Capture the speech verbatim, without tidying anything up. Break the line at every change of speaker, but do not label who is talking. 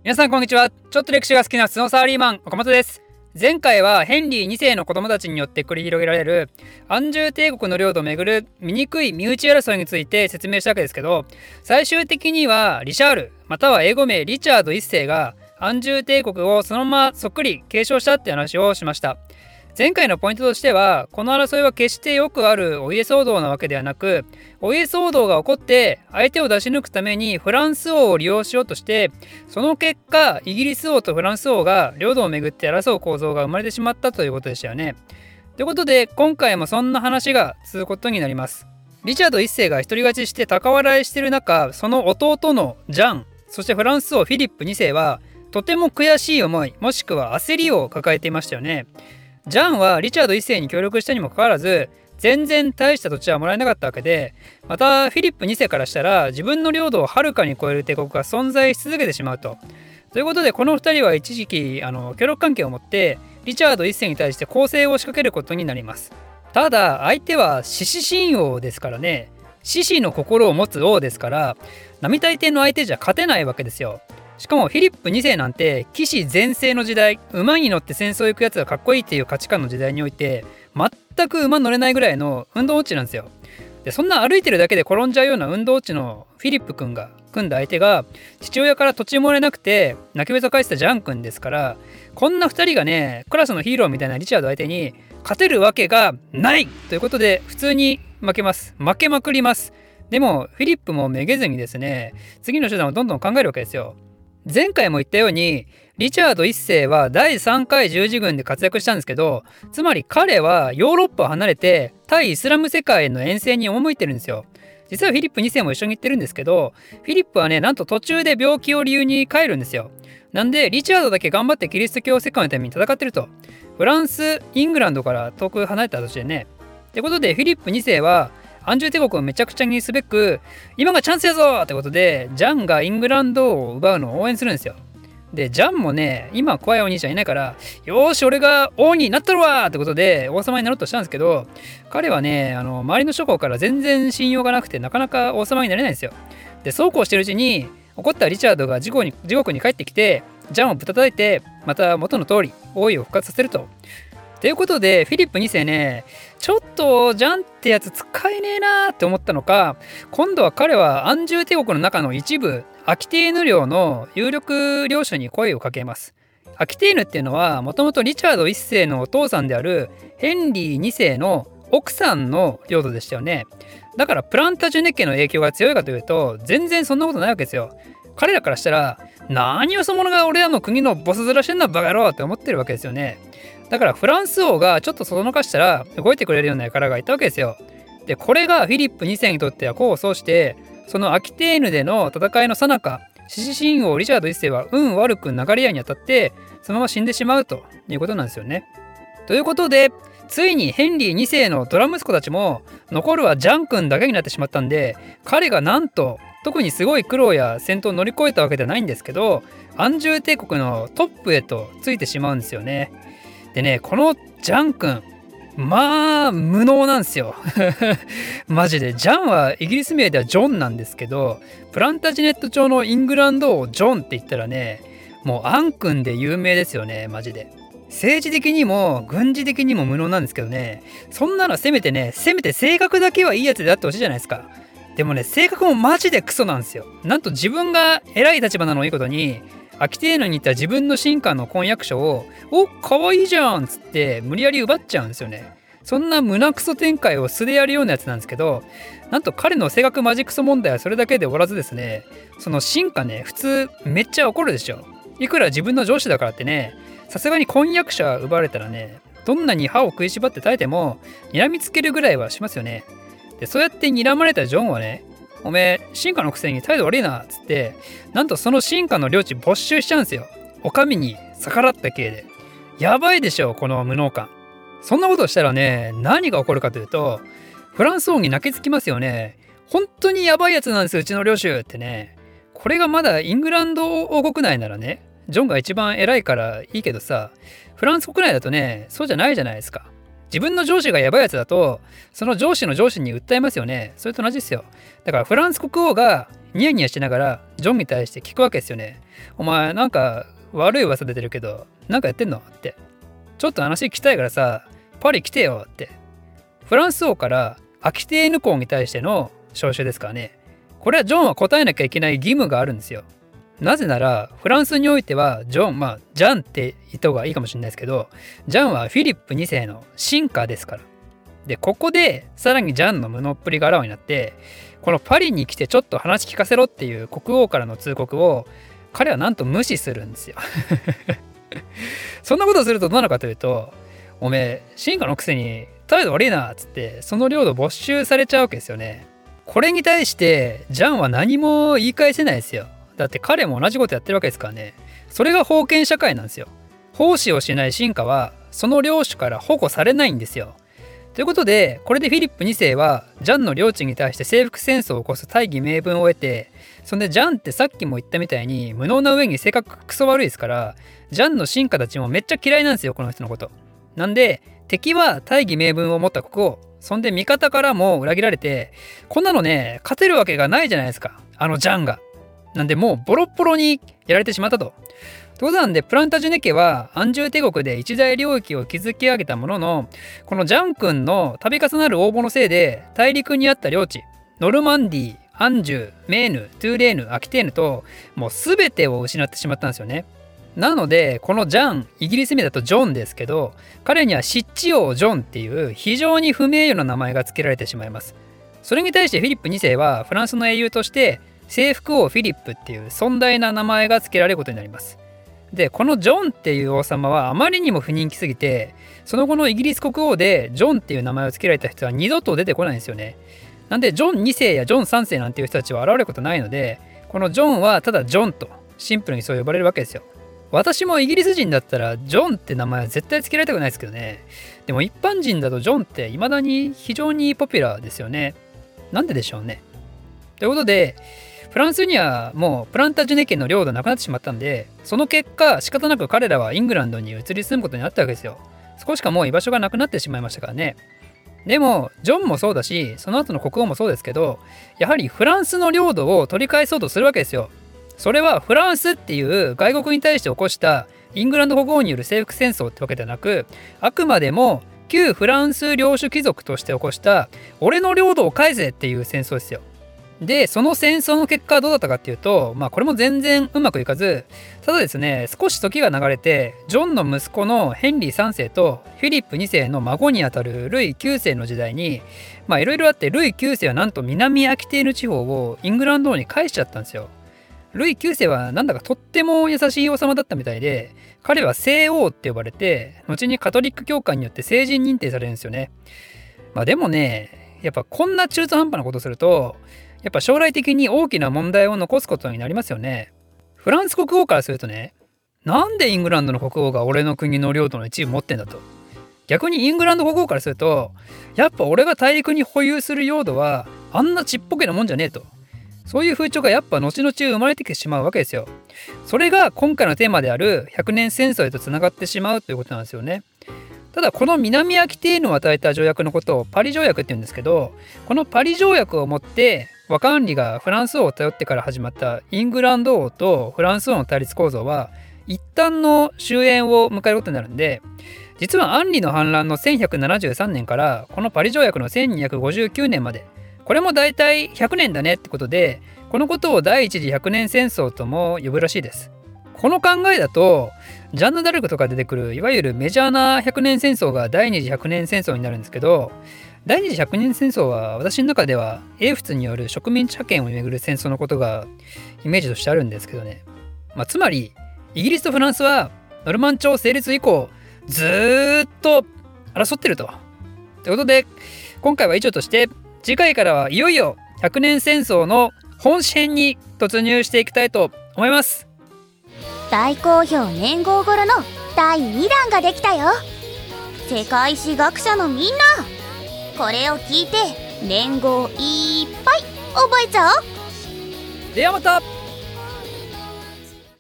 皆さんこんにちは。ちょっと歴史が好きな普通のサラリーマン岡本です。前回はヘンリーにせいの子供たちによって繰り広げられる安住帝国の領土をめぐる醜い身内争いについて説明したわけですけど、最終的にはリシャールまたは英語名リチャードいっせいが安住帝国をそのままそっくり継承したって話をしました。前回のポイントとしては、この争いは決してよくあるお家騒動なわけではなく、お家騒動が起こって相手を出し抜くためにフランス王を利用しようとして、その結果イギリス王とフランス王が領土をめぐって争う構造が生まれてしまったということでしたよね。ということで今回もそんな話が続くことになります。リチャードいっせいが独り勝ちして高笑いしている中、その弟のジャン、そしてフランス王フィリップにせいはとても悔しい思い、もしくは焦りを抱えていましたよね。ジャンはリチャードいっせいに協力したにもかかわらず、全然大した土地はもらえなかったわけで、またフィリップにせいからしたら自分の領土をはるかに超える帝国が存在し続けてしまうと。ということでこのふたりは一時期あの協力関係を持ってリチャードいっせいに対して攻勢を仕掛けることになります。ただ相手は獅子神王ですからね。獅子の心を持つ王ですから、並大抵の相手じゃ勝てないわけですよ。しかもフィリップにせいなんて騎士全盛の時代、馬に乗って戦争行くやつがかっこいいっていう価値観の時代において全く馬乗れないぐらいの運動音痴なんですよ。でそんな歩いてるだけで転んじゃうような運動音痴のフィリップ君が組んだ相手が、父親から土地もらえなくて泣きべそ返したジャン君ですから、こんなふたりがねクラスのヒーローみたいなリチャード相手に勝てるわけがないということで普通に負けます。負けまくります。でもフィリップもめげずにですね、次の手段をどんどん考えるわけですよ。前回も言ったようにリチャードいっせいはだいさんかい十字軍で活躍したんですけど、つまり彼はヨーロッパを離れて対イスラム世界への遠征に赴いてるんですよ。実はフィリップにせいも一緒に行ってるんですけど、フィリップはねなんと途中で病気を理由に帰るんですよ。なんでリチャードだけ頑張ってキリスト教世界のために戦ってると。フランスイングランドから遠く離れた土地でね。ってことでフィリップにせいは安住帝国をめちゃくちゃにすべく、今がチャンスやぞってことでジャンがイングランドを奪うのを応援するんですよ。でジャンもね今怖いお兄ちゃんいないから、よーし俺が王になったるわってことで王様になろうとしたんですけど、彼はねあの周りの諸侯から全然信用がなくてなかなか王様になれないんですよ。でそうこうしてるうちに怒ったリチャードが地獄に地獄に帰ってきて、ジャンをぶたたいてまた元の通り王位を復活させると。ということでフィリップにせいね、ちょっとジャンってやつ使えねえなーって思ったのか、今度は彼は安住帝国の中の一部アキテーヌ領の有力領主に声をかけます。アキテーヌっていうのはもともとリチャードいっせいのお父さんであるヘンリーにせいの奥さんの領土でしたよね。だからプランタジュネ家の影響が強いかというと全然そんなことないわけですよ。彼らからしたら何をそ者が俺らの国のボス面してんだバカ野郎って思ってるわけですよね。だからフランス王がちょっとそのかしたら動いてくれるような輩がいたわけですよ。でこれがフィリップにせいにとっては功を奏して、そのアキテーヌでの戦いの最中、獅子神王リチャードいっせいは運悪く流れ合いに当たってそのまま死んでしまうということなんですよね。ということでついにヘンリーにせいのドラ息子たちも残るはジャン君だけになってしまったんで、彼がなんと特にすごい苦労や戦闘を乗り越えたわけではないんですけど、安住帝国のトップへとついてしまうんですよね。でねこのジャン君まあ無能なんですよマジで。ジャンはイギリス名ではジョンなんですけど、プランタジネット朝のイングランド王ジョンって言ったらね、もうアン君で有名ですよねマジで。政治的にも軍事的にも無能なんですけどね、そんなのせめてねせめて性格だけはいいやつであってほしいじゃないですか。でもね性格もマジでクソなんですよ。なんと自分が偉い立場なのをいいことに、アキテーヌに行った自分の神官の婚約者をおかわいいじゃんっつって無理やり奪っちゃうんですよね。そんな胸クソ展開を素でやるようなやつなんですけど、なんと彼の性格マジクソ問題はそれだけで終わらずですね、その神官ね普通めっちゃ怒るでしょ。いくら自分の上司だからってね、さすがに婚約者奪われたらね、どんなに歯を食いしばって耐えても睨みつけるぐらいはしますよね。でそうやって睨まれたジョンはね、おめえ進化のくせに態度悪いなっつって、なんとその進化の領地没収しちゃうんですよ。お上に逆らった系で。やばいでしょこの無能感。そんなことしたらね何が起こるかというと、フランス王に泣きつきますよね。本当にやばいやつなんですうちの領主ってね。これがまだイングランド王国内ならねジョンが一番偉いからいいけどさ、フランス国内だとねそうじゃないじゃないですか。自分の上司がやばいやつだとその上司の上司に訴えますよね。それと同じですよ。だからフランス国王がニヤニヤしながらジョンに対して聞くわけですよね。 お前なんか悪い噂出てるけどなんかやってんのって、ちょっと話聞きたいからさパリ来てよって。フランス王からアキテーヌ公に対しての招集ですからね。これはジョンは答えなきゃいけない義務があるんですよ。なぜならフランスにおいてはジョン、まあジャンって言った方がいいかもしれないですけど、ジャンはフィリップにせいの臣下ですから。でここでさらにジャンの無能っぷりがあらわになって、このパリに来てちょっと話聞かせろっていう国王からの通告を彼はなんと無視するんですよそんなことするとどうなるかというと、おめえ臣下のくせに態度悪いなっつってその領土没収されちゃうわけですよね。これに対してジャンは何も言い返せないですよ。だって彼も同じことやってるわけですからね。それが封建社会なんですよ。奉仕をしない臣下はその領主から保護されないんですよ。ということでこれでフィリップにせいはジャンの領地に対して征服戦争を起こす大義名分を得て、そんでジャンってさっきも言ったみたいに無能な上に性格クソ悪いですから、ジャンの臣下たちもめっちゃ嫌いなんですよ、この人のこと。なんで敵は大義名分を持った国王、そんで味方からも裏切られて、こんなのね勝てるわけがないじゃないですか、あのジャンが。なんでもうボロッボロにやられてしまったと。ということなんでプランタジュネ家はアンジュ帝国で一大領域を築き上げたものの、このジャン君の度重なる応募のせいで大陸にあった領地ノルマンディー、アンジュ、メーヌ、トゥーレーヌ、アキテーヌともう全てを失ってしまったんですよね。なのでこのジャン、イギリス名だとジョンですけど、彼には湿地王ジョンっていう非常に不名誉な名前が付けられてしまいます。それに対してフィリップにせいはフランスの英雄として征服王フィリップっていう尊大な名前が付けられることになります。でこのジョンっていう王様はあまりにも不人気すぎて、その後のイギリス国王でジョンっていう名前を付けられた人は二度と出てこないんですよね。なんでジョンにせいやジョンさんせいなんていう人たちは現れることないので、このジョンはただジョンとシンプルにそう呼ばれるわけですよ。私もイギリス人だったらジョンって名前は絶対付けられたくないですけどね。でも一般人だとジョンって未だに非常にポピュラーですよね。なんででしょうね。ということでフランスにはもうプランタジュネ家の領土なくなってしまったんで、その結果仕方なく彼らはイングランドに移り住むことになったわけですよ。そこしかもう居場所がなくなってしまいましたからね。でもジョンもそうだし、その後の国王もそうですけど、やはりフランスの領土を取り返そうとするわけですよ。それはフランスっていう外国に対して起こしたイングランド国王による征服戦争ってわけではなく、あくまでも旧フランス領主貴族として起こした俺の領土を返せっていう戦争ですよ。でその戦争の結果はどうだったかっていうと、まあこれも全然うまくいかず、ただですね少し時が流れてジョンの息子のヘンリーさんせいとフィリップにせいの孫にあたるルイきゅうせいの時代に、まあいろいろあってルイきゅうせいはなんと南アキテーヌ地方をイングランド王に返しちゃったんですよ。ルイきゅうせいはなんだかとっても優しい王様だったみたいで、彼は聖王って呼ばれて後にカトリック教会によって聖人認定されるんですよね。まあでもね、やっぱこんな中途半端なことするとやっぱ将来的に大きな問題を残すことになりますよね。フランス国王からするとね、なんでイングランドの国王が俺の国の領土の一部持ってんだと。逆にイングランド国王からすると、やっぱ俺が大陸に保有する領土はあんなちっぽけなもんじゃねえと。そういう風潮がやっぱ後々生まれてきてしまうわけですよ。それが今回のテーマであるひゃくねん戦争へとつながってしまうということなんですよね。ただこの南アキテーヌを与えた条約のことをパリ条約って言うんですけど、このパリ条約をもって和管理がフランス王を頼ってから始まったイングランド王とフランス王の対立構造は一旦の終焉を迎えることになるんで、実はアンリの反乱のせんひゃくななじゅうさんねんからこのパリ条約のせんにひゃくごじゅうきゅうねんまで、これもだいたいひゃくねんだねってことで、このことを第一次百年戦争とも呼ぶらしいです。この考えだとジャンヌ・ダルクとか出てくるいわゆるメジャーな百年戦争が第二次百年戦争になるんですけど、第二次百年戦争は私の中では英仏による植民地覇権をめぐる戦争のことがイメージとしてあるんですけどね。まあ、つまりイギリスとフランスはノルマン朝成立以降ずーっと争ってると。ということで今回は以上として、次回からはいよいよ百年戦争の本史編に突入していきたいと思います。
大好評年号頃のだいにだんができたよ。世界史学者のみんな、これを聞いて年号いっぱい覚えちゃおう。
ではまた。